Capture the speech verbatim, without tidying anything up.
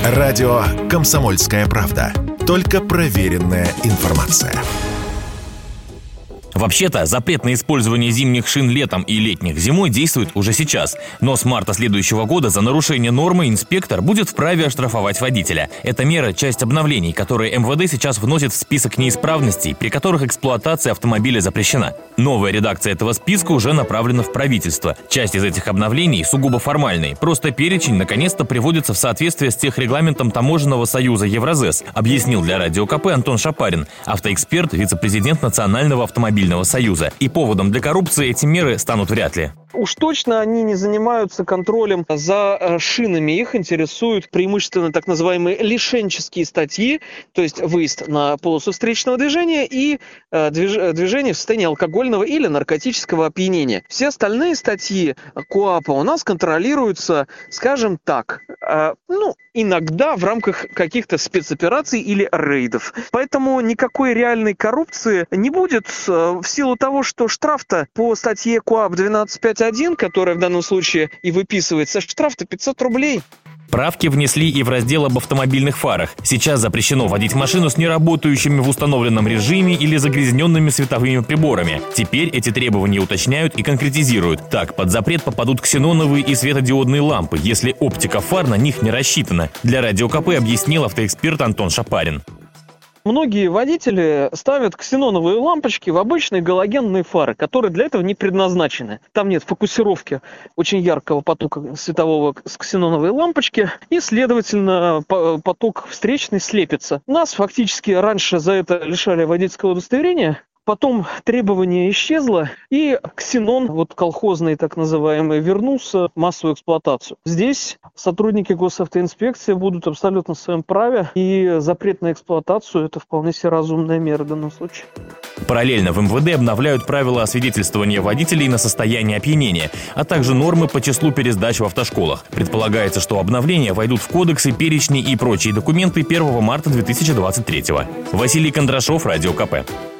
Радио «Комсомольская правда». Только проверенная информация. Вообще-то, запрет на использование зимних шин летом и летних зимой действует уже сейчас. Но с марта следующего года за нарушение нормы инспектор будет вправе оштрафовать водителя. Эта мера – часть обновлений, которые эм вэ дэ сейчас вносит в список неисправностей, при которых эксплуатация автомобиля запрещена. Новая редакция этого списка уже направлена в правительство. Часть из этих обновлений сугубо формальные. Просто перечень наконец-то приводится в соответствие с техрегламентом Таможенного союза Евразэс, объяснил для Радио ка пэ Антон Шапарин, автоэксперт, вице-президент Национального автомобильного союза. И поводом для коррупции эти меры станут вряд ли. Уж точно они не занимаются контролем за шинами. Их интересуют преимущественно так называемые лишенческие статьи, то есть выезд на полосу встречного движения и движение в состоянии алкогольного или наркотического опьянения. Все остальные статьи КоАПа у нас контролируются, скажем так, ну, иногда в рамках каких-то спецопераций или рейдов. Поэтому никакой реальной коррупции не будет в силу того, что штраф-то по статье КоАП двенадцать пять один, которая в данном случае и выписывается, штраф-то пятьсот рублей. Правки внесли и в раздел об автомобильных фарах. Сейчас запрещено водить машину с неработающими в установленном режиме или загрязненными световыми приборами. Теперь эти требования уточняют и конкретизируют. Так, под запрет попадут ксеноновые и светодиодные лампы, если оптика фар на них не рассчитана. Для Радио ка пэ объяснил автоэксперт Антон Шапарин. Многие водители ставят ксеноновые лампочки в обычные галогенные фары, которые для этого не предназначены. Там нет фокусировки очень яркого потока светового с ксеноновой лампочки, и, следовательно, поток встречный слепится. Нас фактически раньше за это лишали водительского удостоверения. Потом требование исчезло, и ксенон, вот колхозный так называемый, вернулся в массовую эксплуатацию. Здесь сотрудники госавтоинспекции будут абсолютно в своем праве, и запрет на эксплуатацию – это вполне себе разумная мера в данном случае. Параллельно в эм вэ дэ обновляют правила освидетельствования водителей на состояние опьянения, а также нормы по числу пересдач в автошколах. Предполагается, что обновления войдут в кодексы, перечни и прочие документы первого марта две тысячи двадцать третьего. Василий Кондрашов, Радио ка пэ.